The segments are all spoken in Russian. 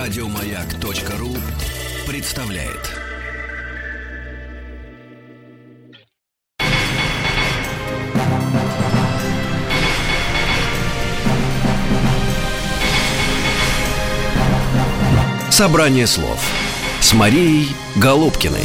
Радиомаяк.ру представляет. Собрание слов с Марией Голубкиной.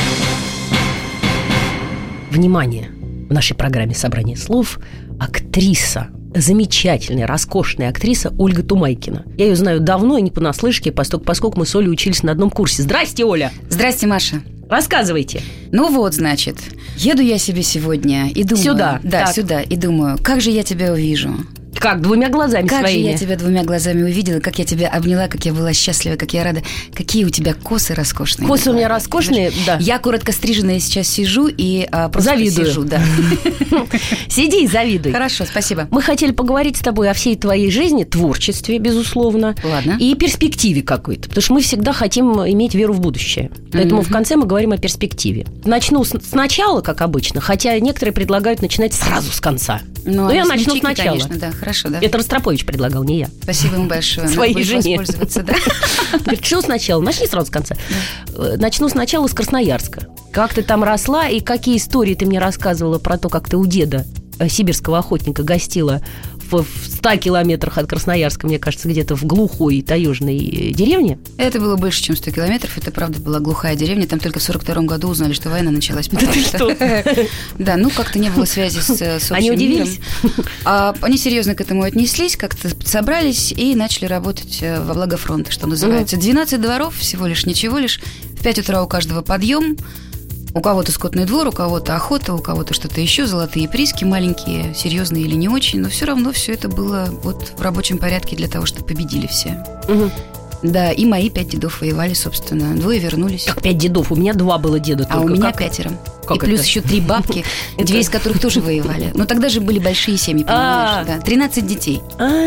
Внимание! В нашей программе «Собрание слов» актриса, замечательная, роскошная актриса Ольга Тумайкина. Я ее знаю давно и не понаслышке, поскольку мы с Олей учились на одном курсе. Здрасте, Оля! Здрасте, Маша. Рассказывайте. Ну вот, значит, еду я себе сегодня и думаю... Сюда. Да, так. сюда. И думаю, как же я тебя увижу? Как, двумя глазами как своими? Как же я тебя двумя глазами увидела, как я тебя обняла, как я была счастлива, как я рада. Какие у тебя косы роскошные. Косы у меня роскошные, да. Я коротко стриженная сейчас сижу и просто завидую. Сижу, да. Сиди и завидуй. Хорошо, спасибо. Мы хотели поговорить с тобой о всей твоей жизни, творчестве, безусловно. Ладно. И перспективе какой-то, потому что мы всегда хотим иметь веру в будущее. Поэтому в конце мы говорим о перспективе. Начну сначала, как обычно, хотя некоторые предлагают начинать сразу с конца. Но я начну сначала. Конечно, да, хорошо, да. Это Ростропович предлагал, не я. Спасибо ему большое. Своей жене. Воспользоваться, да? Говорит, что сначала? Начни сразу с конца. Да. Начну сначала с Красноярска. Как ты там росла и какие истории ты мне рассказывала про то, как ты у деда, сибирского охотника, гостила в 100 километрах от Красноярска, мне кажется, где-то в глухой таежной деревне. Это было больше, чем 100 километров. Это, правда, была глухая деревня. Там только в 42-м году узнали, что война началась. Да ты что? Да, ну, как-то не было связи с общим Они удивились? миром. Они серьезно к этому отнеслись, как-то собрались и начали работать во благо фронта, что называется. 12 дворов, всего лишь, ничего лишь. В 5 утра у каждого подъем. У кого-то скотный двор, у кого-то охота, у кого-то что-то еще, золотые прииски, маленькие, серьезные или не очень, но все равно все это было вот в рабочем порядке для того, чтобы победили все. Угу. Да, и мои 5 дедов воевали, собственно. 2 вернулись. Как 5 дедов? У меня 2 было деда только. А у меня 5. И плюс еще 3 бабки, 2 из которых тоже воевали. Но тогда же были большие семьи, понимаешь? Да. 13 детей.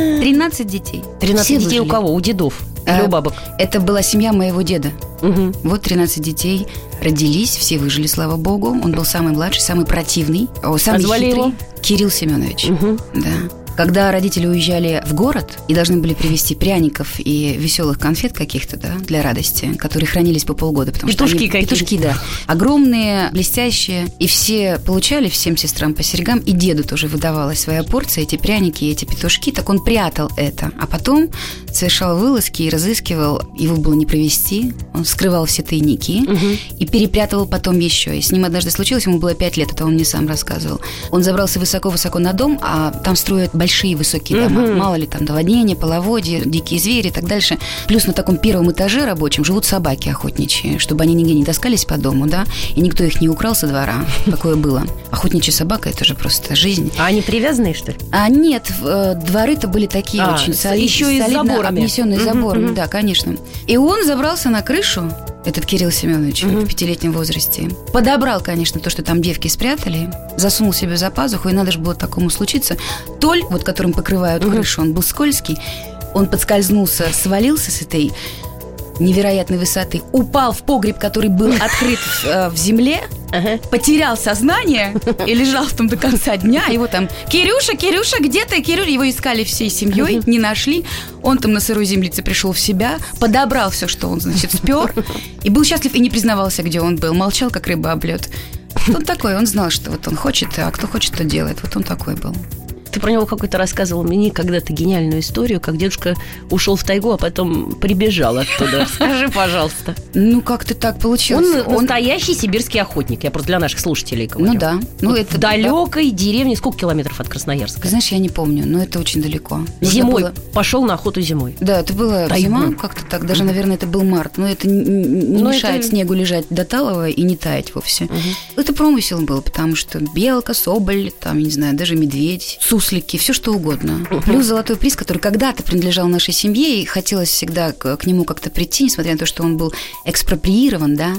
13 детей. 13 детей у кого? У дедов? Или у бабок? Это была семья моего деда. Вот 13 детей родились, все выжили, слава богу. Он был самый младший, самый противный, самый хитрый. Его? Кирилл Семенович. Да. Когда родители уезжали в город и должны были привезти пряников и веселых конфет каких-то, да, для радости, которые хранились по полгода, потому петушки что они, петушки, да, огромные, блестящие, и все получали, всем сестрам по серьгам, и деду тоже выдавалась своя порция, эти пряники, эти петушки, так он прятал это, а потом совершал вылазки и разыскивал, его было не провести, он вскрывал все тайники и перепрятывал потом еще. И с ним однажды случилось, ему было 5 лет, это он мне сам рассказывал. Он забрался высоко-высоко на дом, а там строят большие высокие дома. Мало ли там наводнения, половодья, дикие звери и так дальше. Плюс на таком первом этаже рабочем живут собаки охотничьи, чтобы они нигде не таскались по дому, да, и никто их не украл со двора. Такое было. Охотничья собака – это же просто жизнь. А они привязанные, что ли? А нет, дворы-то были такие очень солидно обнесенные заборами, да, конечно. И он забрался на крышу, этот Кирилл Семенович, в 5-летнем возрасте. Подобрал, конечно, то, что там девки спрятали, засунул себе за пазуху, и надо же было такому случиться. Толь, вот которым покрывают крышу, он был скользкий, он подскользнулся, свалился с этой невероятной высоты, упал в погреб, который был открыт в земле, потерял сознание и лежал там до конца дня. Его там: Кирюша, Кирюша, где ты? Кирюша. Его искали всей семьей, не нашли. Он там на сырой землице пришел в себя, подобрал все, что он, значит, спер, и был счастлив, и не признавался, где он был. Молчал, как рыба об лед. Он такой, он знал, что вот он хочет, а кто хочет, то делает. Вот он такой был. Ты про него какой-то рассказывал мне когда-то гениальную историю, как дедушка ушел в тайгу, а потом прибежал оттуда. Скажи, пожалуйста. Ну, как-то так получилось. Он настоящий сибирский охотник. Я просто для наших слушателей говорю. Ну да. Ну, это в далекой деревне. Сколько километров от Красноярска? Знаешь, я не помню, но это очень далеко. Зимой. Пошел на охоту зимой. Да, это была зима, как-то так. Даже, наверное, это был март. Но это не мешает снегу лежать до талого и не таять вовсе. Это промысел был, потому что белка, соболь, там, я не знаю, даже медведь, суслики, все что угодно. Плюс золотой приз, который когда-то принадлежал нашей семье, и хотелось всегда к нему как-то прийти, несмотря на то, что он был экспроприирован, да,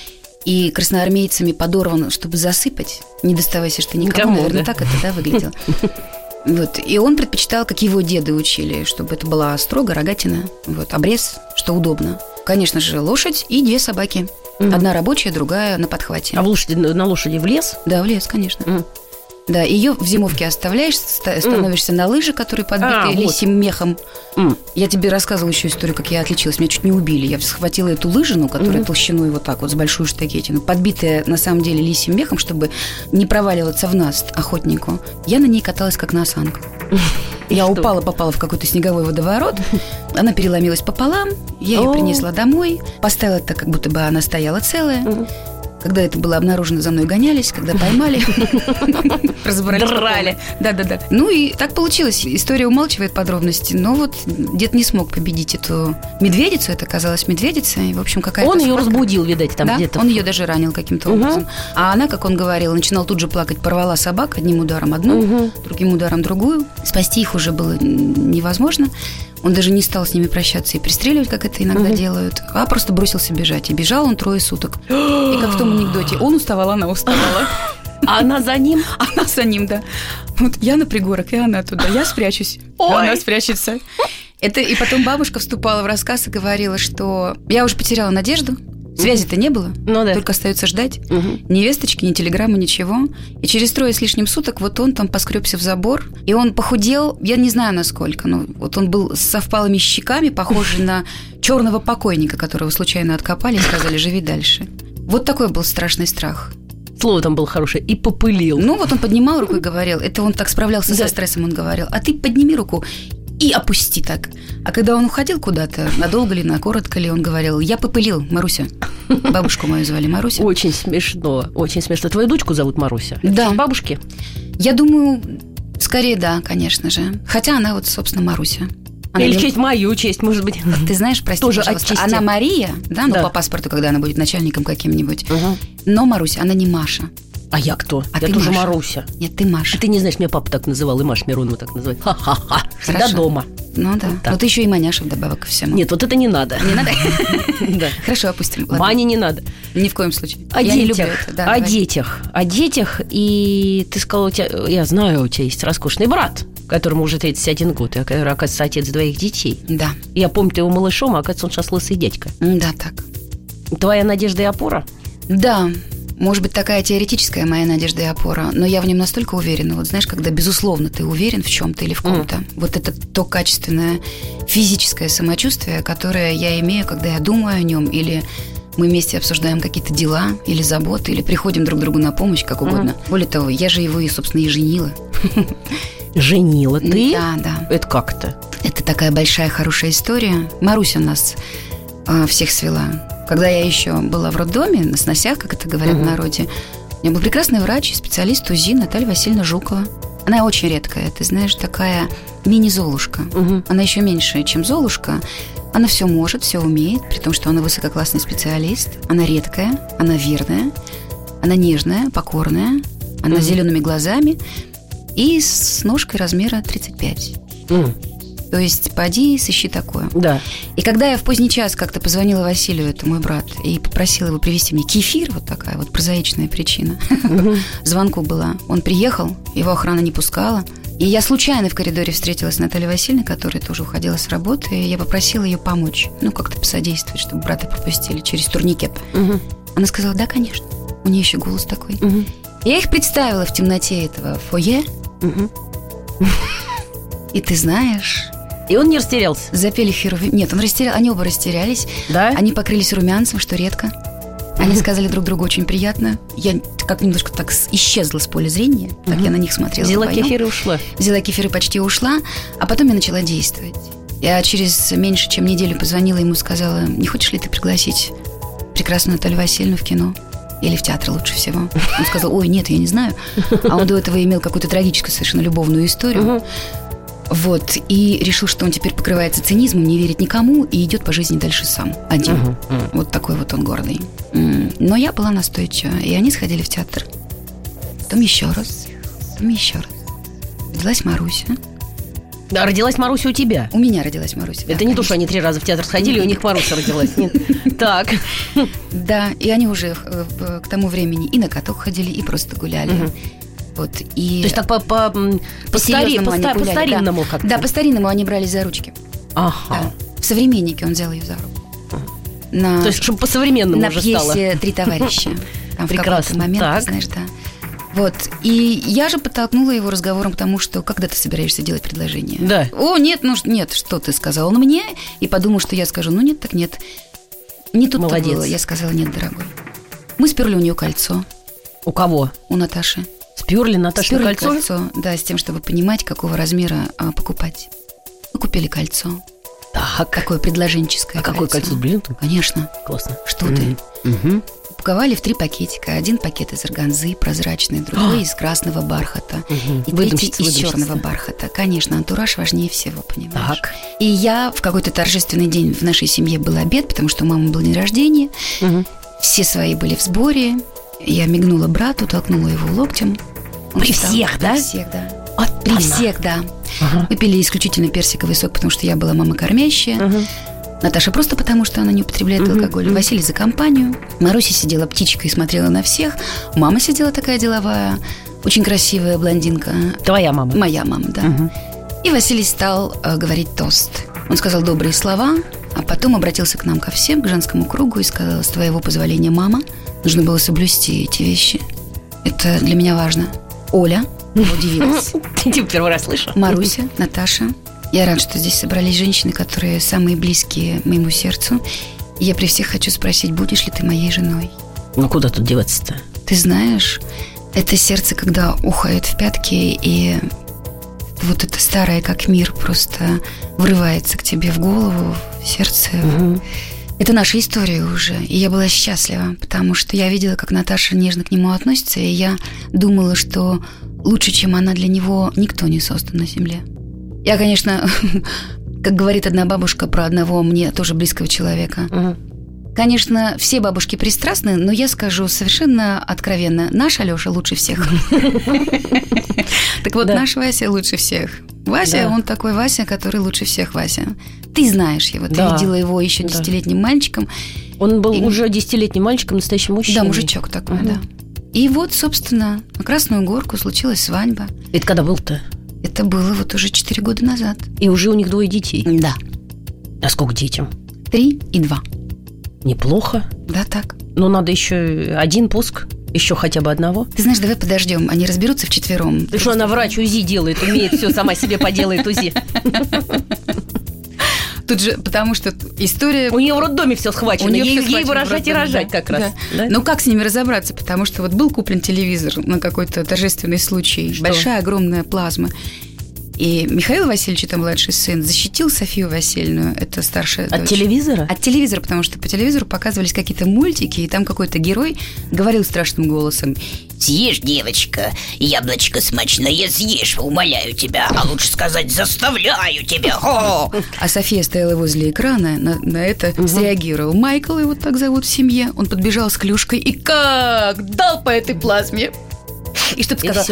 и красноармейцами подорван, чтобы засыпать, не доставайся ты никому, наверное, так это, да, выглядело. Вот. И он предпочитал, как его деды учили, чтобы это была строго рогатина, вот, обрез, что удобно. Конечно же, лошадь и 2 собаки. Одна рабочая, другая на подхвате. А на лошади в лес? Да, в лес, конечно. Да, ее в зимовке оставляешь, становишься на лыжи, которые подбиты лисьим мехом. Я тебе рассказывала еще историю, как я отличилась. Меня чуть не убили. Я схватила эту лыжину, которая толщиной вот так вот, с большую штакетину, подбитая на самом деле лисьим мехом, чтобы не проваливаться в наст охотнику. Я на ней каталась, как на осанках. Я попала в какой-то снеговой водоворот. Она переломилась пополам. Я ее принесла домой. Поставила так, как будто бы она стояла целая. Когда это было обнаружено, за мной гонялись, когда поймали, разобрались. Драли. Да. Ну и так получилось. История умалчивает подробности, но вот дед не смог победить эту медведицу. Это оказалась медведица. И, в общем, какая-то Он ее разбудил, видать, там где-то. Он ее даже ранил каким-то образом. А она, как он говорил, начинала тут же плакать, порвала собак одним ударом одну, другим ударом другую. Спасти их уже было невозможно. Он даже не стал с ними прощаться и пристреливать, как это иногда делают, а просто бросился бежать. И бежал он 3 суток. И как в том анекдоте, он уставал, она уставала. А она за ним? Она за ним, да. Вот я на пригорок, и она туда. Я спрячусь, она спрячется. И потом бабушка вступала в рассказ и говорила, что я уже потеряла надежду. Связи-то не было, только остается ждать. Ни весточки, ни телеграммы, ничего. И через 3 с лишним суток вот он там поскребся в забор. И он похудел, я не знаю насколько, но вот он был со впалыми щеками, похожий на черного покойника, которого случайно откопали и сказали: живи дальше. Вот такой был страшный страх. Слово там было хорошее. И попылил. Ну вот он поднимал руку и говорил, это он так справлялся со стрессом, он говорил: а ты подними руку и опусти так. А когда он уходил куда-то, надолго ли, на коротко ли, он говорил: я попылил, Маруся. Бабушку мою звали Маруся. Очень смешно, очень смешно. Твою дочку зовут Маруся? Да. Бабушки? Я думаю, скорее да, конечно же. Хотя она вот, собственно, Маруся. Она или честь мою честь, может быть. Ты знаешь, прости, тоже пожалуйста, отчасти. Она Мария, да, но по паспорту, когда она будет начальником каким-нибудь. Но Маруся, она не Маша. А я кто? А я ты тоже Маша. Маруся. Нет, ты Маша. Ты не знаешь, меня папа так называл, и Маша Миронова так называет. Ха-ха-ха. Всегда дома. Ну да. Так. Но ты еще и маняша вдобавок ко всему. Нет, вот это не надо. Не надо? Да. Хорошо, опустим. Мане не надо. Ни в коем случае. О Я детях. не люблю это. Да, о детях. И ты сказала, я знаю, у тебя есть роскошный брат, которому уже 31 год, и, оказывается, отец 2 детей. Да. Я помню, ты его малышом, а оказывается, он сейчас лысый дядька. Да, так. Твоя надежда и опора? Да. Может быть, такая теоретическая моя надежда и опора, но я в нем настолько уверена. Вот знаешь, когда, безусловно, ты уверен в чем-то или в ком-то, вот это то качественное физическое самочувствие, которое я имею, когда я думаю о нем, или мы вместе обсуждаем какие-то дела или заботы, или приходим друг другу на помощь, как угодно. Более того, я же его, собственно, и женила. Женила ты? Да. Это как-то? Это такая большая, хорошая история. Маруся нас всех свела. Когда я еще была в роддоме, на сносях, как это говорят в народе, у меня был прекрасный врач, специалист УЗИ Наталья Васильевна Жукова. Она очень редкая, ты знаешь, такая мини-золушка. Она еще меньше, чем золушка. Она все может, все умеет, при том, что она высококлассный специалист. Она редкая, она верная, она нежная, покорная, она с зелеными глазами и с ножкой размера 35. То есть поди сыщи такое. Да. И когда я в поздний час как-то позвонила Василию, это мой брат, и попросила его привезти мне кефир, вот такая вот прозаичная причина звонку была. Он приехал, его охрана не пускала. И я случайно в коридоре встретилась с Натальей Васильевной, которая тоже уходила с работы, и я попросила ее помочь, как-то посодействовать, чтобы брата пропустили через турникет. Она сказала: да, конечно. У нее еще голос такой. Я их представила в темноте этого фойе. И ты знаешь... И он не растерялся? Запели херувим. Нет, он растерял. Они оба растерялись. Да? Они покрылись румянцем, что редко. Они сказали друг другу очень приятно. Я как немножко так исчезла с поля зрения. Так я на них смотрела. Взяла кефир и ушла. Взяла кефир и почти ушла. А потом я начала действовать. Я через меньше, чем неделю позвонила ему и сказала: не хочешь ли ты пригласить прекрасную Наталью Васильевну в кино? Или в театр лучше всего. Он сказал: ой, нет, я не знаю. А он до этого имел какую-то трагическую, совершенно любовную историю. Вот, и решил, что он теперь покрывается цинизмом, не верит никому и идет по жизни дальше сам, один. Вот такой вот он гордый. Но я была настойчива, и они сходили в театр. Потом еще раз. Родилась Маруся. Да, родилась Маруся у тебя? У меня родилась Маруся. Это не то, что они 3 раза в театр сходили, и у них Маруся родилась. Нет. Так. Да, и они уже к тому времени и на каток ходили, и просто гуляли. Вот, и то есть так по-старинному как-то? Да, по-старинному они брались за ручки. Ага. Да. В «Современнике» он взял ее за руку. То есть, чтобы по-современному уже стало. На пьесе «Три товарища». Там прекрасно. В какой-то момент, так. знаешь, да. Вот. И я же подтолкнула его разговором к тому, что когда ты собираешься делать предложение? Да. О, нет, нет, что ты сказал он мне? И подумал, что я скажу, нет, так нет. Не тут-то Молодец. было. Я сказала, нет, дорогой. Мы сперли у нее кольцо. У кого? У Наташи. Сперли Наташи кольцо? Да, с тем, чтобы понимать, какого размера покупать. Мы купили кольцо. Так. Такое предложенческое кольцо. Какое кольцо? Бриллиантовое? Конечно. Классно. Что ты? Угу. Упаковали в 3 пакетика. Один пакет из органзы прозрачный, другой из красного бархата. И третий из черного бархата. Конечно, антураж важнее всего, понимаешь? Так. И я в какой-то торжественный день в нашей семье был обед, потому что у мамы был день рождения. Все свои были в сборе. Я мигнула брату, толкнула его локтем. При всех, да? При всех, да. При всех, да. Мы пили исключительно персиковый сок, потому что я была мама кормящая. Наташа просто потому, что она не употребляет алкоголь. Василий за компанию. Маруся сидела птичкой и смотрела на всех. Мама сидела такая деловая, очень красивая блондинка. Твоя мама? Моя мама, да. И Василий стал говорить тост. Он сказал добрые слова, а потом обратился к нам ко всем, к женскому кругу, и сказал: с твоего позволения, мама, нужно было соблюсти эти вещи. Это для меня важно. Оля удивилась. Типа первый раз слышу. Маруся, Наташа. Я рад, что здесь собрались женщины, которые самые близкие моему сердцу. И я при всех хочу спросить, будешь ли ты моей женой? Ну, куда тут деваться-то? Ты знаешь, это сердце, когда ухает в пятки, и вот это старое, как мир, просто врывается к тебе в голову, в сердце. Это наша история уже. И я была счастлива, потому что я видела, как Наташа нежно к нему относится, и я думала, что лучше, чем она для него, никто не создан на земле. Я, конечно, как говорит одна бабушка про одного мне тоже близкого человека. Конечно, все бабушки пристрастны, но я скажу совершенно откровенно: наш Алёша лучше всех. Так вот, наш Вася лучше всех. Вася, он такой Вася, который лучше всех Вася. Ты знаешь его, ты видела его еще 10-летним мальчиком. Он был уже 10-летним мальчиком, настоящим мужчиной. Да, мужичок такой, да. И вот, собственно, на Красную Горку случилась свадьба. Это когда был-то? Это было вот уже 4 года назад. И уже у них 2 детей? Да. А сколько детям? 3 и 2. Неплохо. Да, так. Но надо еще 1 пуск, еще хотя бы одного. Ты знаешь, давай подождем, они разберутся вчетвером. Ты что, она врач УЗИ делает, умеет все, сама себе поделает УЗИ. Тут же, потому что история... У нее в роддоме все схвачено, ей выражать и рожать как раз. Да. Ну, как с ними разобраться? Потому что вот был куплен телевизор на какой-то торжественный случай. Что? Большая, огромная плазма. И Михаил Васильевич, это младший сын, защитил Софию Васильевну, это старшая дочь. От телевизора? От телевизора, потому что по телевизору показывались какие-то мультики, и там какой-то герой говорил страшным голосом: съешь, девочка, яблочко смачное съешь, умоляю тебя, а лучше сказать, заставляю тебя. А София стояла возле экрана, на это среагировал Майкл, его так зовут в семье. Он подбежал с клюшкой и как дал по этой плазме. И что ты сказал?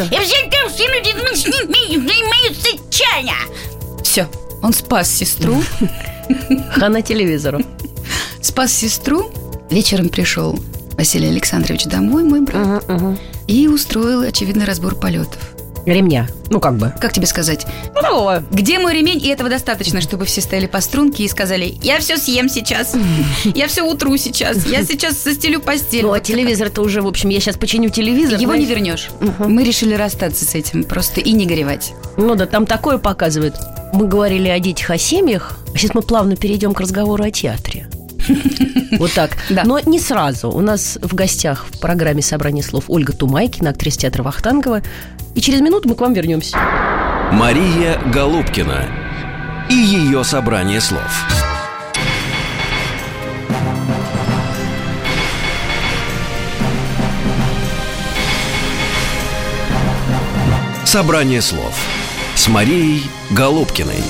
Все, он спас сестру. Хана телевизору. Спас сестру. Вечером пришел Василий Александрович домой, мой брат, и устроил, очевидно, разбор полетов. Ремня. Ну, как бы. Как тебе сказать? Ну, где мой ремень? И этого достаточно, чтобы все стояли по струнке и сказали: я все съем сейчас, я все утру сейчас, я сейчас застелю постель. Ну, а телевизор-то уже, в общем, я сейчас починю телевизор. Его не вернешь. Мы решили расстаться с этим просто и не горевать. Ну да, там такое показывают. Мы говорили о детях, о семьях, а сейчас мы плавно перейдем к разговору о театре. Вот так. Да. Но не сразу. У нас в гостях в программе «Собрание слов» Ольга Тумайкина, актриса театра Вахтангова. И через минуту мы к вам вернемся. Мария Голубкина и ее «Собрание слов». «Собрание слов» с Марией Голубкиной.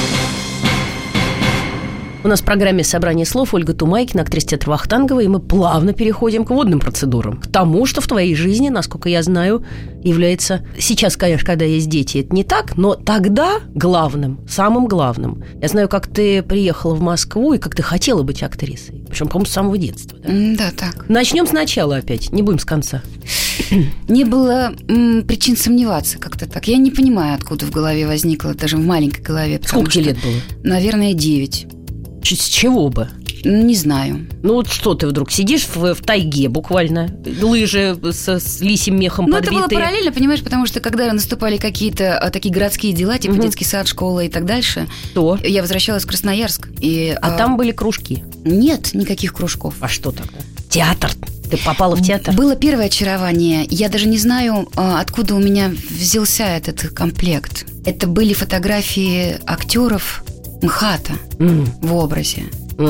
У нас в программе «Собрание слов» Ольга Тумайкина, актриса театра Вахтангова, и мы плавно переходим к водным процедурам. К тому, что в твоей жизни, насколько я знаю, является... Сейчас, конечно, когда есть дети, это не так, но тогда главным, самым главным. Я знаю, как ты приехала в Москву и как ты хотела быть актрисой. Причем, по-моему, с самого детства. Да? Да, так. Начнем сначала опять, не будем с конца. Не было причин сомневаться как-то так. Я не понимаю, откуда в голове возникло, даже в маленькой голове. Сколько тебе лет было? Наверное, 9. С чего бы? Не знаю. Ну вот что ты вдруг сидишь в тайге буквально, лыжи с лисьим мехом подбитые. Ну это было параллельно, понимаешь, потому что когда наступали какие-то такие городские дела, типа детский сад, школа и так дальше, я возвращалась в Красноярск. А там были кружки? Нет, никаких кружков. А что тогда? Театр. Ты попала в театр? Было первое очарование. Я даже не знаю, откуда у меня взялся этот комплект. Это были фотографии актеров МХАТа в образе.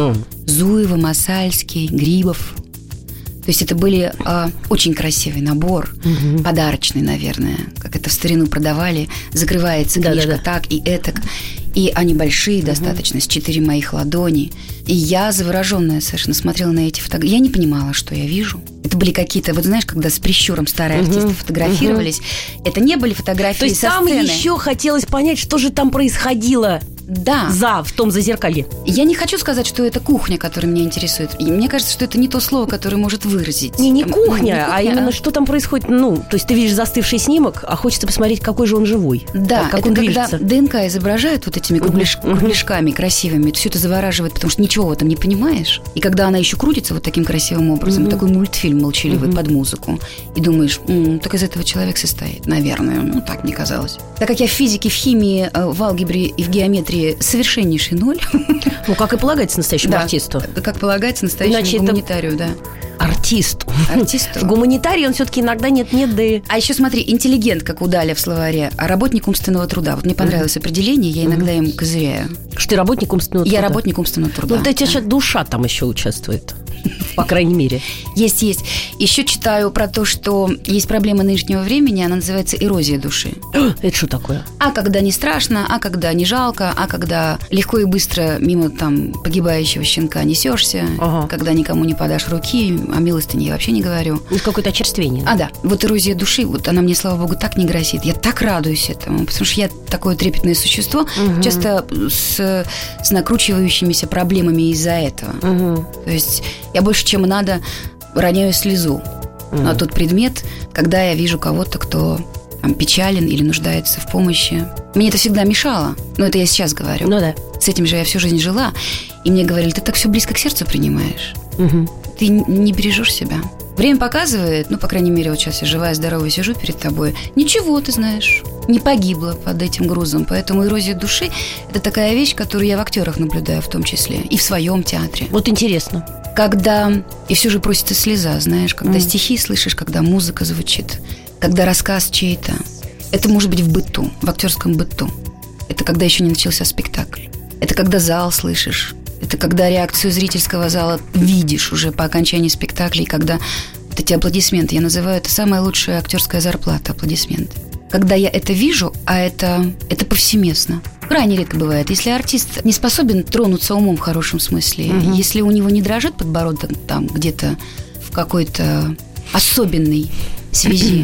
Зуева, Масальский, Грибов. То есть это были очень красивый набор, подарочный, наверное, как это в старину продавали. Закрывается книжка так и этак. И они большие достаточно, с 4 моих ладони. И я, завороженная совершенно, смотрела на эти фотографии. Я не понимала, что я вижу. Это были какие-то, вот знаешь, когда с прищуром старые артисты фотографировались, это не были фотографии со сцены. То есть там еще хотелось понять, что же там происходило. Да. В том зазеркалье. Я не хочу сказать, что это кухня, которая меня интересует. И мне кажется, что это не то слово, которое может выразить. Не кухня, а именно что там происходит. То есть ты видишь застывший снимок, а хочется посмотреть, какой же он живой. Да, как он движется. Когда ДНК изображают вот этими кругляшками красивыми, все это завораживает, потому что ничего в этом не понимаешь. И когда она еще крутится вот таким красивым образом, такой мультфильм молчаливый под музыку, и думаешь, так из этого человек состоит. Наверное, так мне казалось. Так как я в физике, в химии, в алгебре и в геометрии совершеннейший ноль. Как и полагается настоящему артисту. Как полагается настоящему гуманитарию, да. Артисту. Гуманитарий, он все-таки иногда нет-нет, да и... А еще смотри, интеллигент, как у Даля в словаре, а работник умственного труда. Вот мне понравилось определение, я иногда им козыряю. Что ты работник умственного труда? Я работник умственного труда. Ну, это сейчас душа там еще участвует. По крайней мере. Есть. Еще читаю про то, что есть проблема нынешнего времени, она называется эрозия души. Это что такое? А когда не страшно, а когда не жалко, а когда легко и быстро мимо там погибающего щенка несешься, когда никому не подашь руки, о милостыне я вообще не говорю. Это какое-то очерствение. Да. Вот эрозия души, вот она мне, слава богу, так не грозит. Я так радуюсь этому, потому что я такое трепетное существо, часто с накручивающимися проблемами из-за этого. То есть я больше, чем надо, роняю слезу на тот предмет, когда я вижу кого-то, кто там печален или нуждается в помощи. Мне это всегда мешало, но это я сейчас говорю. С этим же я всю жизнь жила, и мне говорили, ты так все близко к сердцу принимаешь. Ты не бережешь себя. Время показывает, по крайней мере, вот сейчас я живая, здоровая сижу перед тобой. Ничего, ты знаешь, не погибла под этим грузом. Поэтому эрозия души – это такая вещь, которую я в актерах наблюдаю в том числе. И в своем театре. Вот интересно. Когда, и все же просится слеза, знаешь, когда стихи слышишь, когда музыка звучит, когда рассказ чей-то. Это может быть в быту, в актерском быту. Это когда еще не начался спектакль. Это когда зал слышишь. Это когда реакцию зрительского зала видишь уже по окончании спектакля, и когда вот эти аплодисменты, я называю это самая лучшая актерская зарплата, аплодисменты. Когда я это вижу, а это повсеместно. Крайне редко бывает. Если артист не способен тронуться умом в хорошем смысле, если у него не дрожит подбородок там где-то в какой-то особенной связи,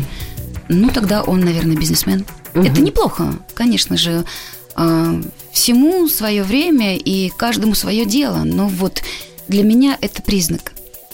тогда он, наверное, бизнесмен. Это неплохо, конечно же. Всему свое время и каждому свое дело. Но вот для меня это признак.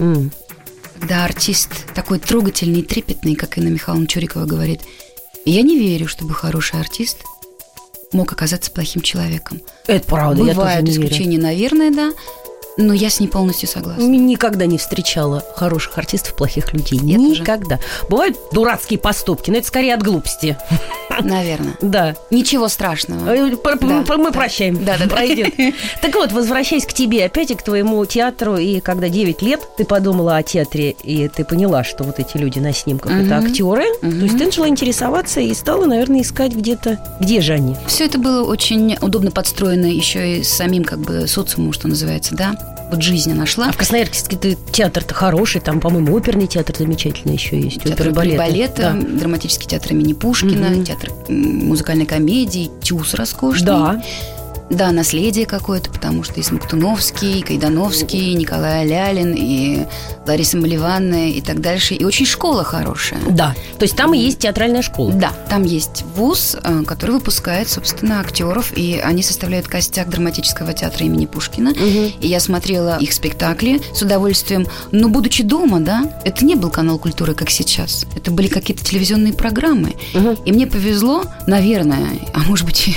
Когда артист такой трогательный и трепетный, как Инна Михайловна Чурикова говорит, я не верю, чтобы хороший артист мог оказаться плохим человеком. Это правда, бывают исключения, наверное, да. Но я с ней полностью согласна. Никогда не встречала хороших артистов, плохих людей. Никогда. Бывают дурацкие поступки, но это скорее от глупости. Наверное. Да. Ничего страшного. Мы прощаем. Да. Пройдет. Так вот, возвращаясь к тебе, опять и к твоему театру, и когда 9 лет ты подумала о театре, и ты поняла, что вот эти люди на снимках это актеры, то есть ты начала интересоваться и стала, наверное, искать где-то, где же они. Все это было очень удобно подстроено еще и с самим социумом, что называется, да. Вот жизнь я нашла. А в Красноярске театр-то хороший, там, по-моему, оперный театр замечательный еще есть. Театр балета, драматический театр имени Пушкина, театр музыкальной комедии, ТЮЗ роскошный. Да, наследие какое-то, потому что и Смоктуновский, и Кайдановский, и Николай Лялин, и Лариса Маливанна, и так дальше. И очень школа хорошая. Да, то есть там и есть театральная школа. Да, там есть вуз, который выпускает, собственно, актеров, и они составляют костяк драматического театра имени Пушкина. И я смотрела их спектакли с удовольствием. Но, будучи дома, да, это не был канал культуры, как сейчас. Это были какие-то телевизионные программы. И мне повезло, наверное, а может быть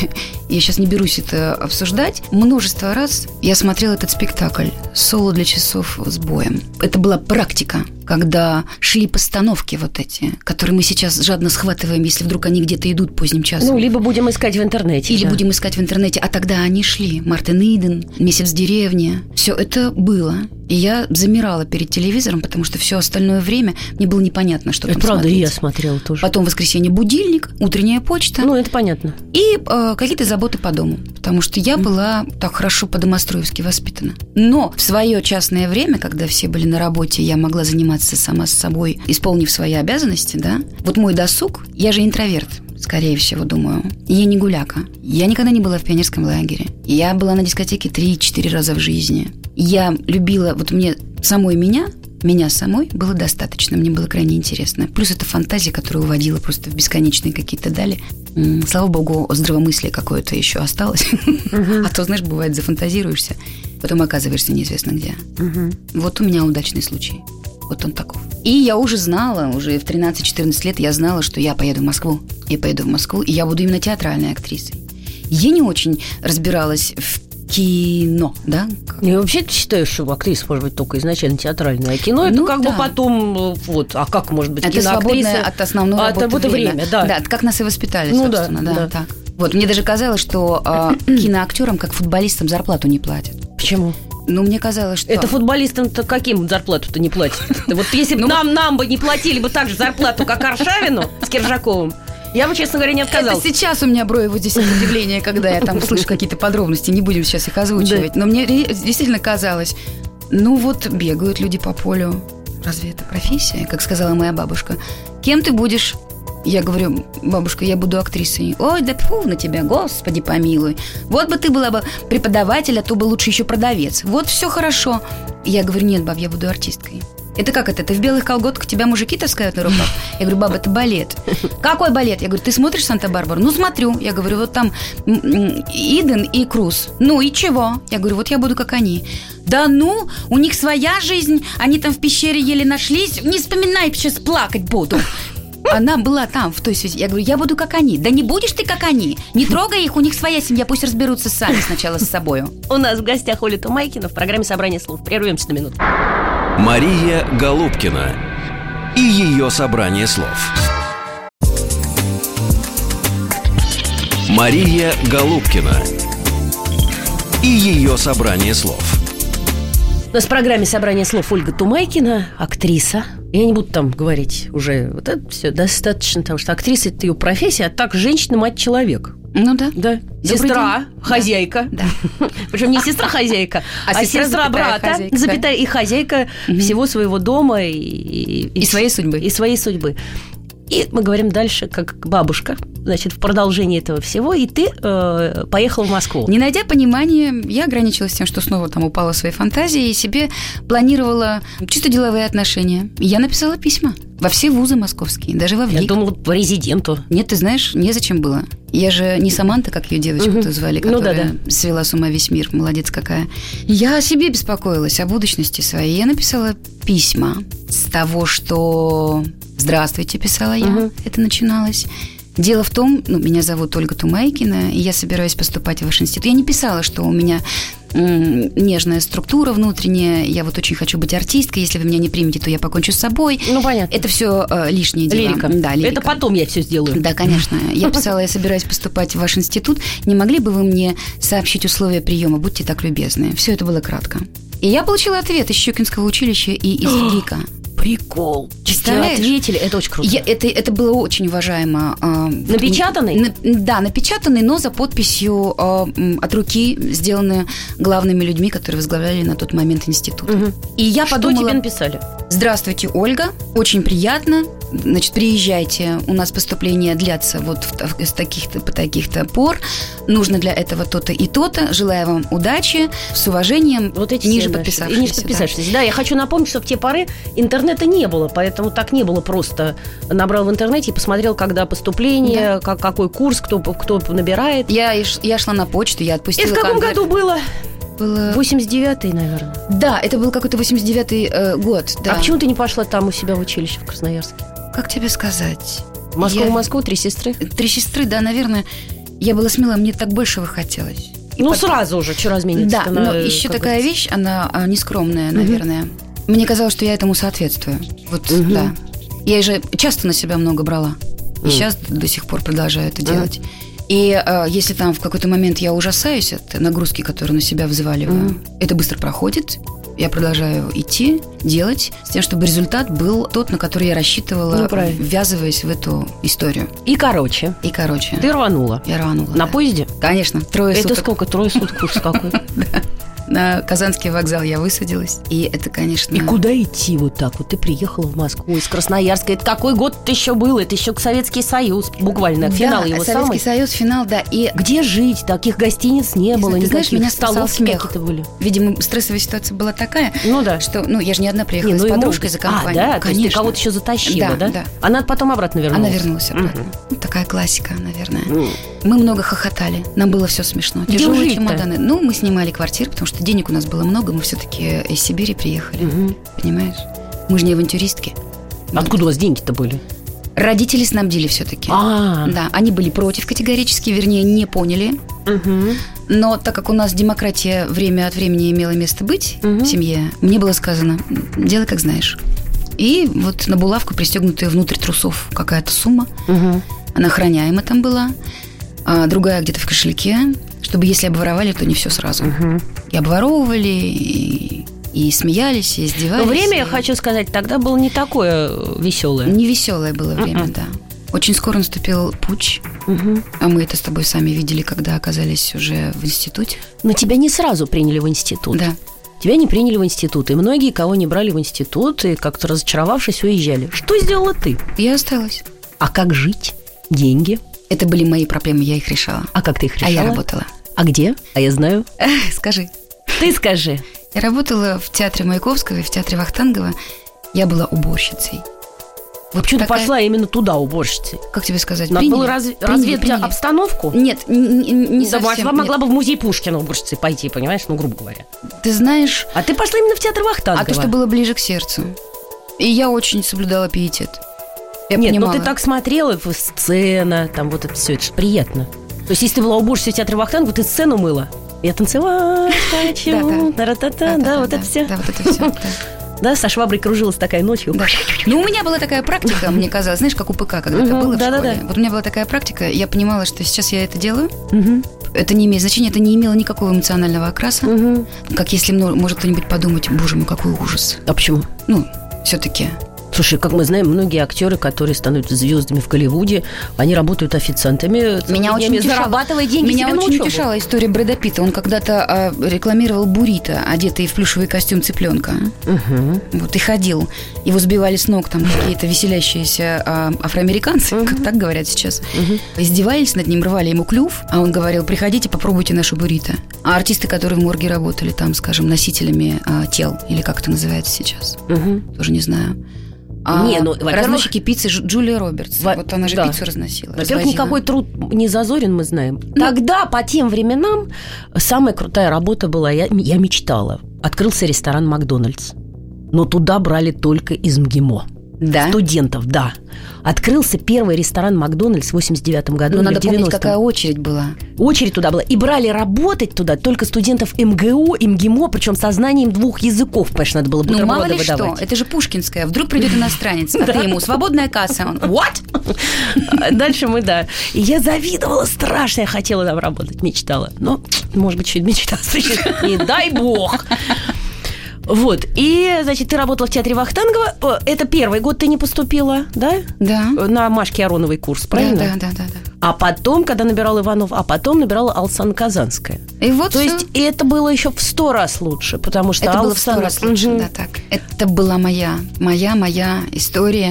я сейчас не берусь это обсуждать, множество раз я смотрела этот спектакль «Соло для часов с боем». Это была практика, когда шли постановки вот эти, которые мы сейчас жадно схватываем, если вдруг они где-то идут поздним часом. Ну, либо будем искать в интернете. Или будем искать в интернете, а тогда они шли. Мартин Иден, «Месяц в деревне». Все это было. И я замирала перед телевизором, потому что все остальное время мне было непонятно, что там правда, смотреть. И я смотрела тоже. Потом в воскресенье будильник, утренняя почта. Ну, это понятно. И какие-то заботы по дому. Потому что я была так хорошо по-домостроевски воспитана. Но в свое частное время, когда все были на работе, я могла заниматься сама с собой, исполнив свои обязанности, да. Вот мой досуг, я же интроверт, скорее всего, думаю. Я не гуляка. Я никогда не была в пионерском лагере. Я была на дискотеке 3-4 раза в жизни. Я любила, вот мне меня самой было достаточно, мне было крайне интересно. Плюс это фантазия, которая уводила просто в бесконечные какие-то дали. Слава богу, здравомыслие какое-то еще осталось. А то, знаешь, бывает, зафантазируешься, потом оказываешься неизвестно где. Вот у меня удачный случай. Вот он таков. И я уже знала, уже в 13-14 лет я знала, что я поеду в Москву. Я поеду в Москву, и я буду именно театральной актрисой. Я не очень разбиралась в кино, да? Я вообще считаю, что актриса может быть только изначально театральное, а кино это бы потом, вот, а как может быть это свободное от основной работы время. Да, как нас и воспитали, собственно, да. Так. Вот, мне даже казалось, что киноактерам, как футболистам, зарплату не платят. Почему? Ну, мне казалось, что... Это футболистам-то каким зарплату-то не платят? Вот если бы нам бы не платили бы так же зарплату, как Аршавину с Киржаковым, я бы, честно говоря, не отказалась. Это сейчас у меня брови вот здесь от удивления, когда я там слышу какие-то подробности, не будем сейчас их озвучивать. Да. Но мне действительно казалось, ну вот бегают люди по полю. Разве это профессия? Как сказала моя бабушка. Кем ты будешь? Я говорю, бабушка, я буду актрисой. Ой, да фу на тебя, господи помилуй. Вот бы ты была бы преподаватель, а то бы лучше еще продавец. Вот все хорошо. Я говорю, нет, баб, я буду артисткой. Это как это? Ты в белых колготках, тебя мужики таскают на руках? Я говорю, баба, это балет. Какой балет? Я говорю, ты смотришь «Санта-Барбару»? Ну, смотрю. Я говорю, вот там Иден и Круз. Ну, и чего? Я говорю, вот я буду как они. Да ну, у них своя жизнь, они там в пещере еле нашлись. Не вспоминай, сейчас плакать буду. Она была там, в той связи. Я говорю, я буду как они. Да не будешь ты как они. Не трогай их, у них своя семья, пусть разберутся сами сначала с собой. У нас в гостях Оля Тумайкина в программе «Собрание слов». Прервемся на минуту. Мария Голубкина и ее собрание слов. Мария Голубкина и ее собрание слов. У нас в программе «Собрание слов» Ольга Тумайкина, актриса. Я не буду там говорить уже, вот это все достаточно, потому что актриса – это ее профессия, а так женщина – мать-человек. Ну да. Да. Сестра, хозяйка. Да. Причем не сестра-хозяйка, а сестра брата, хозяйка, запятая, и хозяйка всего своего дома и своей судьбы. И своей судьбы. И мы говорим дальше, как бабушка, значит, в продолжении этого всего, и ты поехала в Москву. Не найдя понимания, я ограничилась тем, что снова там упала в свои фантазии и себе планировала чисто деловые отношения. И я написала письма во все вузы московские, даже во ВЛИК. Я думала, по резиденту. Нет, ты знаешь, незачем было. Я же не Саманта, как ее девочку-то звали, которая свела с ума весь мир. Молодец какая. Я о себе беспокоилась, о будущности своей. Я написала письма с того, что... «Здравствуйте», писала я. Это начиналось. Дело в том, меня зовут Ольга Тумайкина, и я собираюсь поступать в ваш институт. Я не писала, что у меня нежная структура внутренняя, я вот очень хочу быть артисткой, если вы меня не примете, то я покончу с собой. Ну, понятно. Это все лишние дела. Лирика. Да, лирика. Это потом я все сделаю. Да, конечно. Я писала, я собираюсь поступать в ваш институт. Не могли бы вы мне сообщить условия приема? Будьте так любезны. Все это было кратко. И я получила ответ из Щукинского училища и из ВЛИКа. Прикол. Тебе ответили, это очень круто. Это было очень уважаемо. Напечатанный? Да, напечатанный, но за подписью от руки, сделанной главными людьми, которые возглавляли на тот момент институт. И я подумала... Что тебе написали? «Здравствуйте, Ольга, очень приятно. Значит, приезжайте, у нас поступления длятся вот с таких-то по таких-то пор. Нужно для этого то-то и то-то. Желаю вам удачи. С уважением, вот эти ниже подписавшиеся». Ниже подписавшиеся. Да, я хочу напомнить, что в те поры интернета не было, поэтому так не было просто. Набрал в интернете и посмотрел, когда поступление, какой курс, кто набирает. Я шла на почту, я отпустила конверт. Это в каком году было? Было... 89-й, наверное. Да, это был какой-то 89-й год. Да. А почему ты не пошла там у себя в училище в Красноярске? Как тебе сказать? Москву, 3 сестры? 3 сестры, да, наверное. Я была смелая, мне так большего хотелось. Сразу же, что разменится. Да, но еще такая вещь, она нескромная, наверное. Мне казалось, что я этому соответствую. Да. Я же часто на себя много брала. И сейчас до сих пор продолжаю это делать. И если там в какой-то момент я ужасаюсь от нагрузки, которую на себя взваливаю, это быстро проходит. Я продолжаю идти, делать, с тем, чтобы результат был тот, на который я рассчитывала, ввязываясь в эту историю. И короче. Ты рванула. Я рванула. На поезде? Конечно. 3 суток. Это сколько? 3 суток? Ужас какой. Да. На Казанский вокзал я высадилась. И это, конечно... И куда идти вот так вот? Ты приехала в Москву из Красноярска. Это какой год это еще был? Это еще Советский Союз. Буквально финал его самый. Советский Союз, финал, да. И где жить? Таких гостиниц не было. Ты знаешь, меня спасал смех. Какие-то были. Видимо, стрессовая ситуация была такая, что... я же не одна приехала с подружкой за компанию. Да? Конечно. То есть ты кого-то еще затащила, да? Она потом обратно вернулась? Она вернулась обратно. Такая классика, наверное. Мы много хохотали. Нам было все смешно. Тяжелые чемоданы. Мы снимали квартиру, потому что денег у нас было много. Мы все-таки из Сибири приехали. Понимаешь? Мы же не авантюристки. Откуда у вас деньги-то были? Родители снабдили все-таки. Да, они были против категорически, вернее, не поняли. Но так как у нас демократия время от времени имела место быть в семье, мне было сказано: делай как знаешь. И вот на булавку, пристегнутая внутрь трусов, какая-то сумма. Она охраняема там была. А другая где-то в кошельке, чтобы если обворовали, то не все сразу. И обворовывали, и смеялись, и издевались. Но время, я хочу сказать, тогда было не такое веселое. Не веселое было время, да. Очень скоро наступил путч. А мы это с тобой сами видели, когда оказались уже в институте. Но тебя не сразу приняли в институт. Да. Тебя не приняли в институт. И многие, кого не брали в институт, и как-то разочаровавшись, уезжали. Что сделала ты? Я осталась. А как жить? Деньги? Это были мои проблемы, я их решала. А как ты их решала? А я работала. А где? А я знаю. Скажи. Ты скажи. Я работала в театре Маяковского и в театре Вахтангова. Я была уборщицей. Почему ты пошла именно туда, уборщицей? Как тебе сказать? Надо было разведать обстановку? Нет, не совсем. Могла бы в музей Пушкина уборщицей пойти, понимаешь? Грубо говоря. Ты знаешь... А ты пошла именно в театр Вахтангова. А то, что было ближе к сердцу. И я очень соблюдала пиетет. Я понимала. Ты так смотрела, сцена, там вот это все, это же приятно. То есть, если ты была уборщицей в театре Вахтангова, ты сцену мыла. Я танцевать хочу. Да, вот это все. Да, вот это все. Да, со шваброй кружилась такая ночью. Да. Ну, у меня была такая практика, мне казалось, знаешь, как у ПК когда-то было в школе. Вот у меня была такая практика, я понимала, что сейчас я это делаю. Это не имеет значения, это не имело никакого эмоционального окраса. Как если может кто-нибудь подумать: боже мой, какой ужас. А почему? Все-таки... Слушай, как мы знаем, многие актеры, которые становятся звездами в Голливуде, они работают официантами. Меня очень зарабатывая деньги себе на учебу. Меня очень утешала история Брэда Питта. Он когда-то рекламировал буррито, одетый в плюшевый костюм цыпленка. Вот и ходил. Его сбивали с ног там какие-то веселящиеся афроамериканцы, как так говорят сейчас. Издевались над ним, рвали ему клюв, а он говорил: приходите, попробуйте нашу буррито. А артисты, которые в морге работали там, скажем, носителями тел, или как это называется сейчас, тоже не знаю. Разносчики пиццы Джулия Робертс. Вот она же пиццу разносила. Во-первых, никакой труд не зазорен, мы знаем. Тогда, по тем временам, самая крутая работа была, я мечтала. Открылся ресторан «Макдональдс». Но туда брали только из МГИМО. Да? Студентов, да. Открылся первый ресторан «Макдональдс» в 89 году. Надо помнить, какая очередь была. Очередь туда была. И брали работать туда только студентов МГУ и МГИМО, причем со знанием 2 языков, конечно, надо было бутерброды мало ли выдавать. что, это же Пушкинская. Вдруг придет иностранец, а ты ему: свободная касса. Он: what? Дальше мы, да. И я завидовала страшно, я хотела там работать, мечтала. Но, может быть, чуть мечта существует. Не дай бог. Вот, и, значит, ты работала в театре Вахтангова. Это первый год ты не поступила, да? Да. На Машке Ароновой курс, правильно? Да. А потом, когда набирала Иванов, набирала Алсана Казанская. И вот то есть это было еще в 100 раз лучше, потому что это было в 100 раз лучше, да, так. Это была моя история.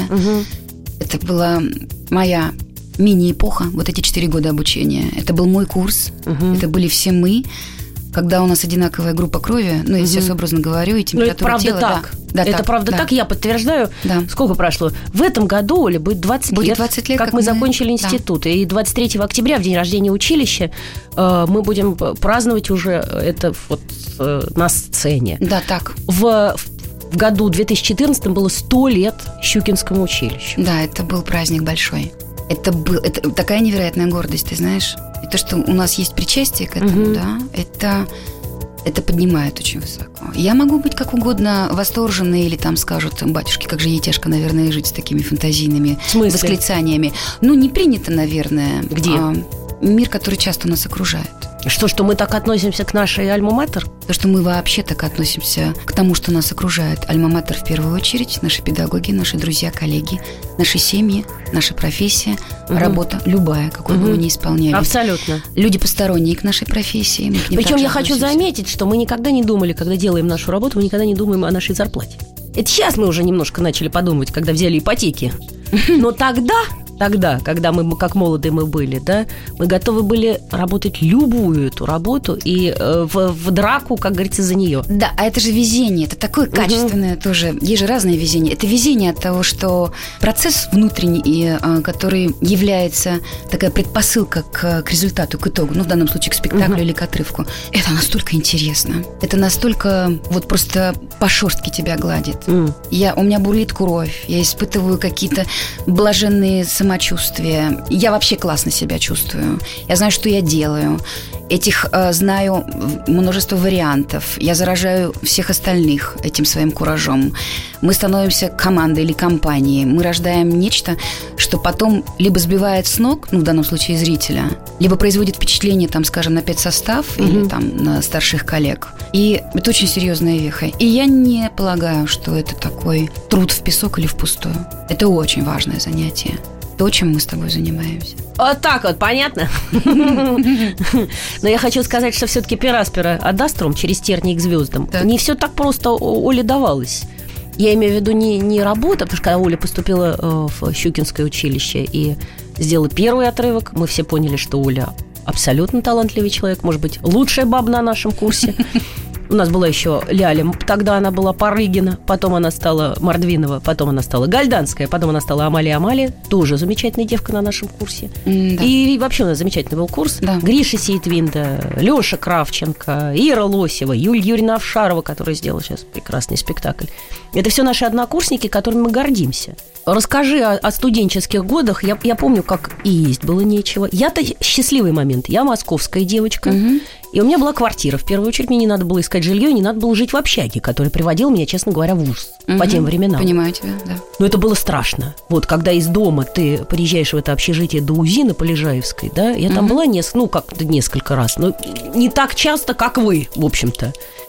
Это была моя мини-эпоха, вот эти 4 года обучения. Это был мой курс, это были все мы. Когда у нас одинаковая группа крови, я сейчас образно говорю, и температура тела... Так. Да, это правда так, я подтверждаю. Да. Сколько прошло? В этом году, Оля, будет 20 лет. Будет 20 лет, как мы закончили институт. И 23 октября, в день рождения училища, мы будем праздновать уже это вот на сцене. Да, так. В году 2014 было 100 лет Щукинскому училищу. Да, это был праздник большой. Это такая невероятная гордость, ты знаешь. И то, что у нас есть причастие к этому, да, это поднимает очень высоко. Я могу быть как угодно восторженной, или там скажут: батюшки, как же ей тяжко, наверное, жить с такими фантазийными восклицаниями. Ну, не принято, наверное. Где? Мир, который часто нас окружает. Что мы так относимся к нашей альма-матер? То, что мы вообще так относимся к тому, что нас окружает. Альма-матер в первую очередь, наши педагоги, наши друзья, коллеги, наши семьи, наша профессия, работа любая, какую бы мы ни исполняли. Абсолютно. Люди посторонние к нашей профессии. Причем я хочу заметить, что мы никогда не думали, когда делаем нашу работу, мы никогда не думаем о нашей зарплате. Это сейчас мы уже немножко начали подумывать, когда взяли ипотеки. Но тогда, когда мы, как молодые мы были, да, мы готовы были работать любую эту работу и в драку, как говорится, за нее. Да, а это же везение, это такое качественное тоже. Есть же разное везение. Это везение от того, что процесс внутренний, который является такая предпосылка к результату, к итогу, ну, в данном случае к спектаклю или к отрывку, это настолько интересно. Это настолько вот просто по шерстке тебя гладит. У меня бурлит кровь, я испытываю какие-то блаженные самочувствие. Я вообще классно себя чувствую. Я знаю, что я делаю. Знаю множество вариантов. Я заражаю всех остальных этим своим куражом. Мы становимся командой или компанией. Мы рождаем нечто, что потом либо сбивает с ног, ну, в данном случае зрителя, либо производит впечатление, там, скажем, на педсостав или там на старших коллег. И это очень серьезная веха. И я не полагаю, что это такой труд в песок или впустую. Это очень важное занятие. То, чем мы с тобой занимаемся. Вот так вот, понятно? Но я хочу сказать, что все-таки пера с пера адаструм через тернии к звездам. Не все так просто Оле давалось. Я имею в виду не работа, потому что когда Оля поступила в Щукинское училище и сделала первый отрывок, мы все поняли, что Оля абсолютно талантливый человек, может быть, лучшая баба на нашем курсе. У нас была еще Ляля, тогда она была Парыгина, потом она стала Мордвинова, потом она стала Гальданская, потом она стала Амалия, тоже замечательная девка на нашем курсе. И вообще у нас замечательный был курс. Гриша Сейтвинда, Леша Кравченко, Ира Лосева, Юлия Юрьевна Овшарова, которая сделала сейчас прекрасный спектакль. Это все наши однокурсники, которыми мы гордимся. Расскажи о студенческих годах. Я помню, как и есть было нечего. Я-то счастливый момент. Я московская девочка. И у меня была квартира. В первую очередь мне не надо было искать жилье, не надо было жить в общаге, который приводил меня, честно говоря, в ужас по тем временам. Понимаю тебя, да. Но это было страшно. Вот когда из дома ты приезжаешь в это общежитие до УЗИ на Полежаевской, да, я там была несколько раз, но не так часто, как вы, в общем-то.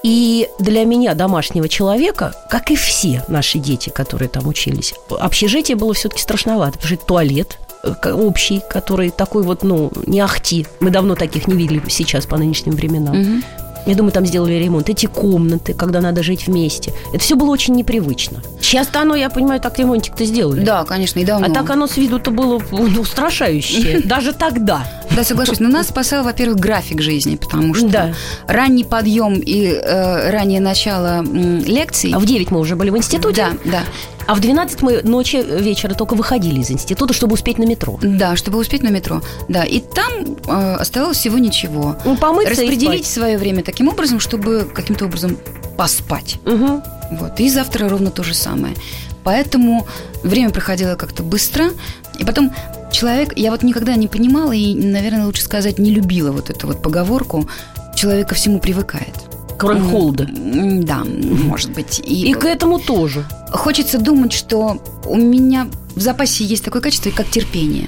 И для меня, домашнего человека, как и все наши дети, которые там учились, общежитие было все-таки страшновато, потому что это туалет общий, который такой вот, не ахти. Мы давно таких не видели сейчас по нынешним временам. Я думаю, там сделали ремонт. Эти комнаты, когда надо жить вместе. Это все было очень непривычно. Сейчас-то оно, я понимаю, так ремонтик-то сделали. Да, конечно, и давно. А так оно с виду-то было устрашающее. Даже тогда. Да, соглашусь. Но нас спасал, во-первых, график жизни, потому что ранний подъем и раннее начало лекций. А в 9 мы уже были в институте? Да. А в 12 мы вечера только выходили из института, чтобы успеть на метро. Да, чтобы успеть на метро. Да, и там оставалось всего ничего. Помыться распределить свое время таким образом, чтобы каким-то образом поспать. Вот. И завтра ровно то же самое. Поэтому время проходило как-то быстро. И потом человек... Я вот никогда не понимала и, наверное, лучше сказать, не любила вот эту вот поговорку «человек ко всему привыкает». Кроме холода. Да, может быть. И к этому тоже. Хочется думать, что у меня в запасе есть такое качество, как терпение.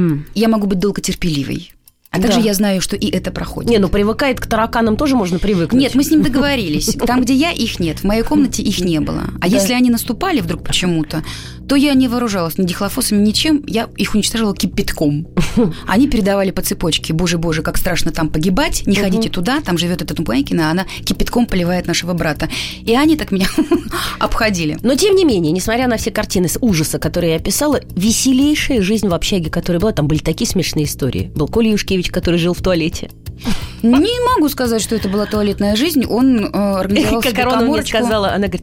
Я могу быть долготерпеливой. А также я знаю, что и это проходит. Привыкает к тараканам тоже можно привыкнуть. Нет, мы с ним договорились. Там, где я, их нет. В моей комнате их не было. А если они наступали вдруг почему-то, то я не вооружалась ни дихлофосами, ничем. Я их уничтожила кипятком. Они передавали по цепочке: боже, как страшно там погибать, не ходите туда, там живет эта Тупанькина, она кипятком поливает нашего брата. И они так меня обходили. Но, тем не менее, несмотря на все картины с ужаса, которые я описала, веселейшая жизнь в общаге, которая была, там были такие смешные истории. Был Коля Юшкевич, который жил в туалете. Не могу сказать, что это была туалетная жизнь. Он организовал себе коморочку. Как Арона мне сказала, она говорит: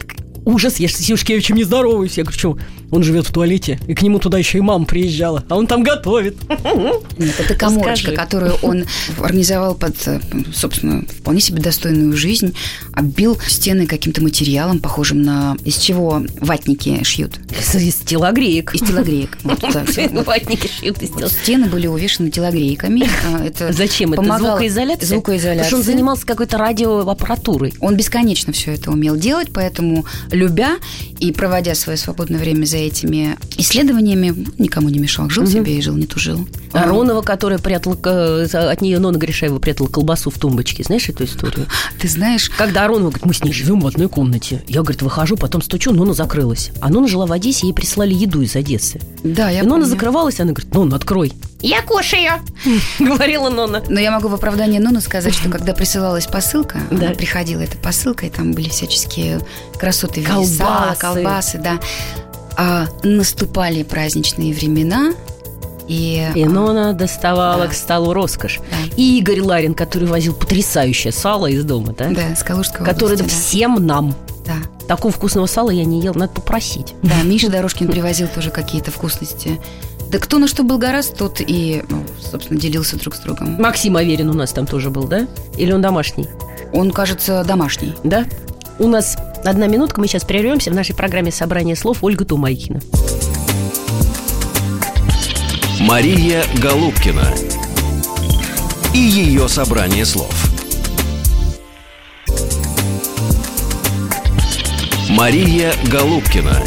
ужас, я с Юшкевичем не здороваюсь. Я говорю, что? Он живет в туалете, и к нему туда еще и мама приезжала, а он там готовит. Нет, это каморочка, которую он организовал под, собственно, вполне себе достойную жизнь, оббил стены каким-то материалом, похожим на... Из чего ватники шьют? Из телогреек. Из телогреек. Ватники шьют из телогреек. Стены были увешаны телогрейками. Зачем? Это звукоизоляция? Звукоизоляция. Потому что он занимался какой-то радиоаппаратурой. Он бесконечно все это умел делать, поэтому, любя и проводя свое свободное время за этими исследованиями, никому не мешал. Жил себе и жил, не тужил. Аронова, которая прятала, от нее Нонна Гришаева прятала колбасу в тумбочке. Знаешь эту историю? Ты знаешь... Когда Аронова говорит, мы с ней живем в одной комнате. Я, говорит, выхожу, потом стучу, Нонна закрылась. А Нонна жила в Одессе, ей прислали еду из Одессы. Да, я помню. Нонна закрывалась, она говорит, Нонна, открой. Я кушаю, говорила Нонна. Но я могу в оправдание Нонны сказать, что когда присылалась посылка, приходила эта посылка, и там были всяческие красоты, колбасы, да. А наступали праздничные времена, и Нонна доставала к столу роскошь. Да. И Игорь Ларин, который возил потрясающее сало из дома, да? Да, с Калужской который области, всем нам. Да. Такого вкусного сала я не ел, надо попросить. Да, Миша Дорожкин привозил тоже какие-то вкусности. Да кто на что был гораст, тот и, собственно, делился друг с другом. Максим Аверин у нас там тоже был, да? Или он домашний? Он, кажется, домашний. Да? У нас 1 минутка, мы сейчас прервемся в нашей программе «Собрание слов». Ольга Тумайкина. Мария Голубкина и ее собрание слов. Мария Голубкина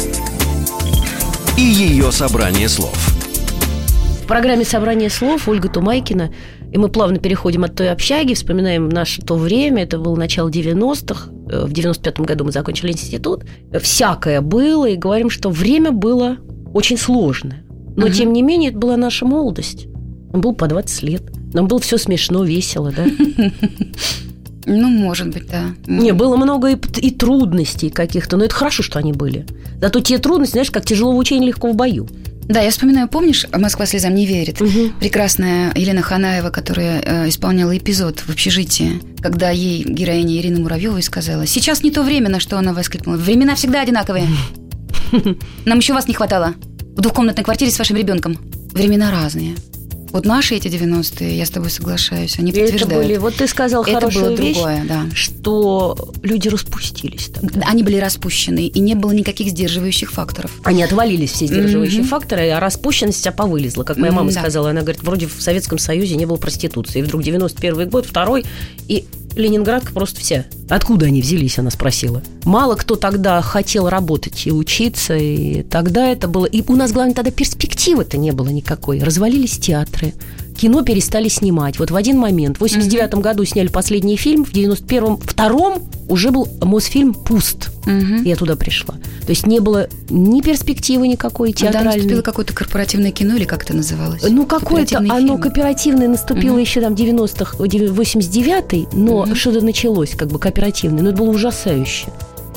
и ее собрание слов. В программе «Собрание слов» Ольга Тумайкина. И мы плавно переходим от той общаги, вспоминаем наше то время. Это было начало 90-х. В 95-м году мы закончили институт. Всякое было. И говорим, что время было очень сложное. Но, тем не менее, это была наша молодость. Нам было по 20 лет. Нам было все смешно, весело, да? Ну, может быть, да. Не, было много и трудностей каких-то. Но это хорошо, что они были. Зато те трудности, знаешь, как тяжело в учении, легко в бою. Да, я вспоминаю, помнишь, «Москва слезам не верит»? Прекрасная Елена Ханаева, которая исполняла эпизод в общежитии, когда ей героиня Ирина Муравьева сказала: «Сейчас не то время», на что она воскликнула: «Времена всегда одинаковые. Нам еще вас не хватало в двухкомнатной квартире с вашим ребенком. Времена разные». Вот наши эти 90-е, я с тобой соглашаюсь, они подтверждают. Вот ты сказал хорошую вещь, другое, да. что люди распустились тогда. Они были распущены, и не было никаких сдерживающих факторов. Они отвалились, все сдерживающие факторы, а распущенность вся повылезла. Как моя мама сказала, она говорит, вроде в Советском Союзе не было проституции. И вдруг 91-й год, 2-й, и Ленинградка просто вся. Откуда они взялись, она спросила. Мало кто тогда хотел работать и учиться, и тогда это было... И у нас, главное, тогда перспективы-то не было никакой. Развалились театры, кино перестали снимать. Вот в один момент, в 89-м году сняли последний фильм, в 91-м, втором уже был Мосфильм пуст. Я туда пришла. То есть не было ни перспективы никакой театральной. Да, наступило какое-то корпоративное кино, или как это называлось? Ну, какое-то оно кооперативное наступило еще там в 90-х, 89-й, но что-то началось как бы кооперативное. Но это было ужасающе.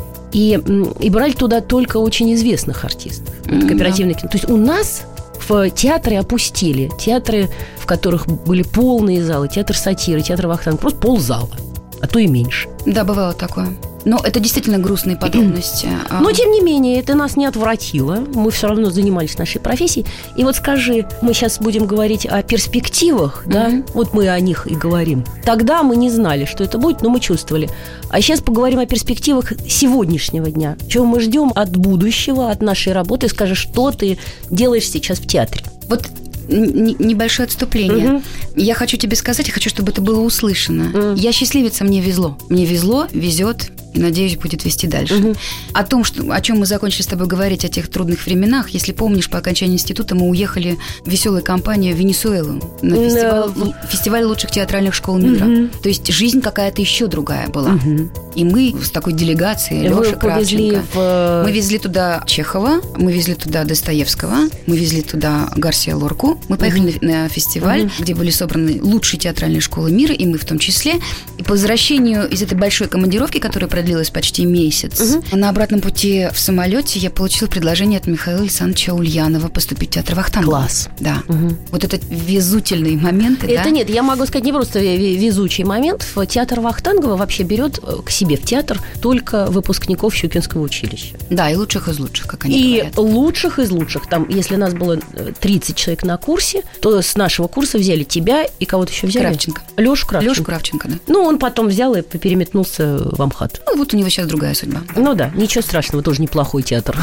И брали туда только очень известных артистов. Это кооперативное кино. То есть у нас в театры опустили. Театры, в которых были полные залы, театр сатиры, театр Вахтанга, просто ползала, а то и меньше. Да, бывало такое. Но это действительно грустные подробности. Но, тем не менее, это нас не отвратило. Мы все равно занимались нашей профессией. И вот скажи, мы сейчас будем говорить о перспективах, да? Вот мы о них и говорим. Тогда мы не знали, что это будет, но мы чувствовали. А сейчас поговорим о перспективах сегодняшнего дня. Чего мы ждем от будущего, от нашей работы? Скажи, что ты делаешь сейчас в театре? Вот небольшое отступление. Я хочу тебе сказать, я хочу, чтобы это было услышано. Я счастливица, мне везло. Мне везло, везет, и, надеюсь, будет вести дальше. О том, о чем мы закончили с тобой говорить, о тех трудных временах, если помнишь, по окончании института мы уехали в веселой компании в Венесуэлу на фестиваль лучших театральных школ мира. То есть жизнь какая-то еще другая была. И мы с такой делегацией, Лёша Кравченко, мы везли туда Чехова, мы везли туда Достоевского, мы везли туда Гарсия Лорку. Мы поехали на фестиваль, где были собраны лучшие театральные школы мира, и мы в том числе. И по возвращению из этой большой командировки, которая продлилась продлилась почти месяц. На обратном пути в самолете я получила предложение от Михаила Александровича Ульянова поступить в театр Вахтангова. Класс. Да. Вот этот везутельный момент. Это нет, я могу сказать, не просто везучий момент. Театр Вахтангова вообще берет к себе в театр только выпускников Щукинского училища. Да, и лучших из лучших, как они говорят. И лучших из лучших. Там, если нас было 30 человек на курсе, то с нашего курса взяли тебя и кого-то еще взяли. Кравченко. Лёшу Кравченко. Лёшу Кравченко, да. Ну, он потом взял и переметнулся в Амхат. Ну, вот у него сейчас другая судьба. Ну да, ничего страшного, тоже неплохой театр.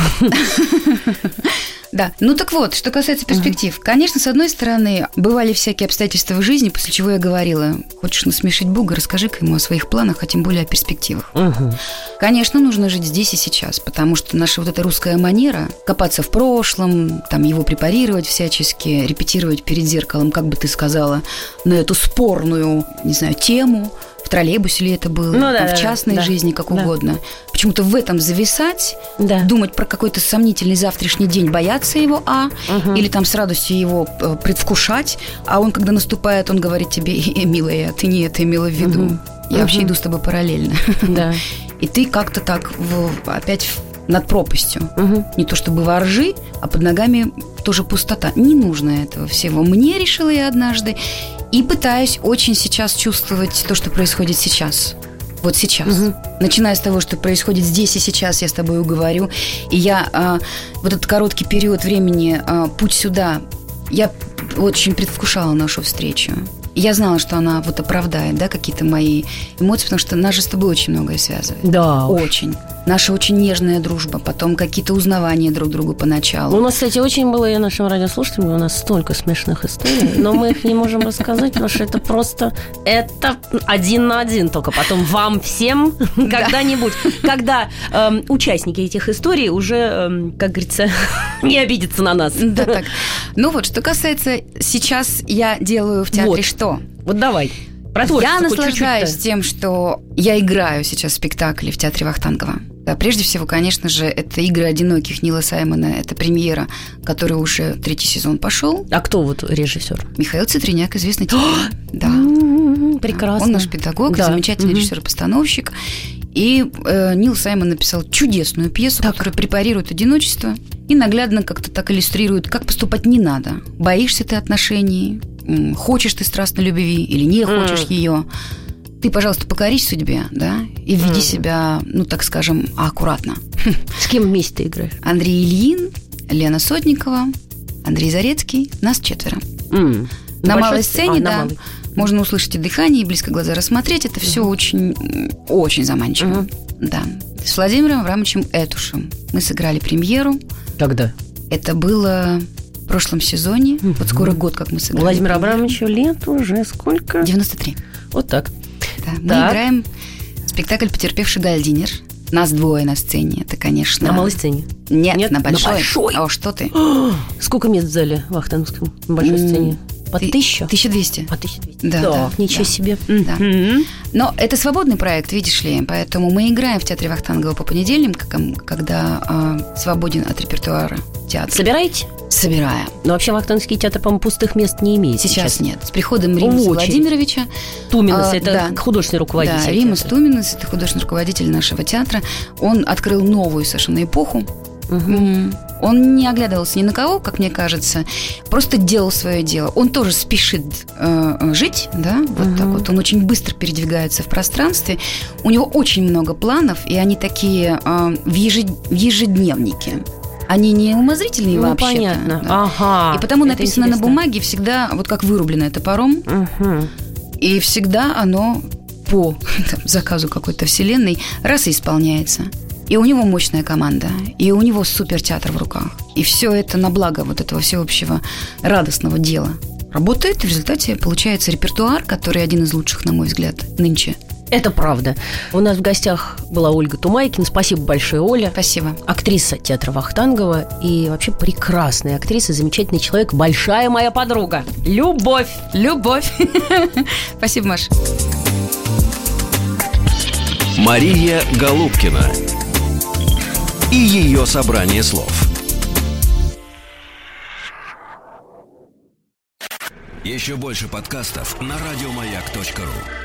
Да, ну так вот, что касается перспектив. Конечно, с одной стороны, бывали всякие обстоятельства в жизни, после чего я говорила: хочешь насмешить Бога, расскажи-ка ему о своих планах, а тем более о перспективах. Конечно, нужно жить здесь и сейчас, потому что наша вот эта русская манера копаться в прошлом, там его препарировать всячески, репетировать перед зеркалом, как бы ты сказала, на эту спорную, не знаю, тему. В троллейбусе ли это было, в частной жизни, как угодно. Почему-то в этом зависать, думать про какой-то сомнительный завтрашний день, бояться его, или там с радостью его предвкушать, а он, когда наступает, он говорит тебе: милая, ты не это имела в виду. Я вообще иду с тобой параллельно. И ты как-то так опять над пропастью. Не то чтобы во ржи, а под ногами тоже пустота. Не нужно этого всего. Мне, решила я однажды, и пытаюсь очень сейчас чувствовать то, что происходит сейчас. Вот сейчас. Начиная с того, что происходит здесь и сейчас, я с тобой говорю. И я вот этот короткий период времени, путь сюда, я очень предвкушала нашу встречу. И я знала, что она вот оправдает, да, какие-то мои эмоции, потому что нас же с тобой очень многое связывает. Да. Очень. Наша очень нежная дружба, потом какие-то узнавания друг друга поначалу. У нас, кстати, очень было, и нашим радиослушателям, у нас столько смешных историй, но мы их не можем рассказать, потому что это просто, это 1 на 1 только. Потом вам всем когда-нибудь, когда участники этих историй уже, как говорится, не обидятся на нас. Да, так. Ну вот, что касается, сейчас я делаю в театре что? Вот давай. Я наслаждаюсь тем, что я играю сейчас в спектакле в театре Вахтангова. Да, прежде всего, конечно же, это «Игры одиноких» Нила Саймона. Это премьера, которая уже 3-й сезон пошел. А кто вот режиссер? Михаил Цитриняк, известный тебе. Да. Прекрасно. Он наш педагог, замечательный режиссер-постановщик. И Нил Саймон написал чудесную пьесу, которая препарирует одиночество и наглядно как-то так иллюстрирует, как поступать не надо. Боишься ты отношений, хочешь ты страстной любви или не хочешь ее. Ты, пожалуйста, покорись судьбе, да, и веди себя, ну, так скажем, аккуратно. С кем вместе ты играешь? Андрей Ильин, Лена Сотникова, Андрей Зарецкий, нас 4. На малой сцене, да, можно услышать и дыхание, и близко глаза рассмотреть. Это все очень, очень заманчиво. Да. С Владимиром Аврамовичем Этушем мы сыграли премьеру. Когда? Это было в прошлом сезоне. Вот скоро год, как мы сыграли. Владимир Абрамовичу лет уже сколько? 93. Вот так. Да, мы играем спектакль «Потерпевший Гальдинер». Нас 2 на сцене. Это, конечно... На малой сцене? Нет, на большой. На большой? О, что ты? Сколько мест в зале Вахтанговском на большой сцене? По 1000? 1200. По 1200. Да, ничего себе. Да. Но это свободный проект, видишь ли, поэтому мы играем в театре Вахтангова по понедельникам, когда свободен от репертуара театр. Собираете? Собираем. Но вообще Вахтанговский театр, по-моему, пустых мест не имеет. Сейчас нет. С приходом Римаса Владимировича. Туминас, это художественный руководитель. Да, Римас Туминас, это художественный руководитель нашего театра. Он открыл новую совершенно эпоху. Он не оглядывался ни на кого, как мне кажется, просто делал свое дело. Он тоже спешит жить, да, вот так вот. Он очень быстро передвигается в пространстве. У него очень много планов, и они такие в ежедневнике. Они не умозрительные вообще. Понятно. Да. Ага. И потому написано на бумаге всегда вот как вырубленное топором. И всегда оно по заказу какой-то вселенной раз и исполняется. И у него мощная команда, и у него супертеатр в руках. И все это на благо вот этого всеобщего радостного дела. Работает, и в результате получается репертуар, который один из лучших, на мой взгляд, нынче. Это правда. У нас в гостях была Ольга Тумайкина. Спасибо большое, Оля. Спасибо. Актриса театра Вахтангова и вообще прекрасная актриса, замечательный человек, большая моя подруга. Любовь. Любовь. Спасибо, Маша. Мария Голубкина и ее собрание слов. Еще больше подкастов на радиомаяк.ру.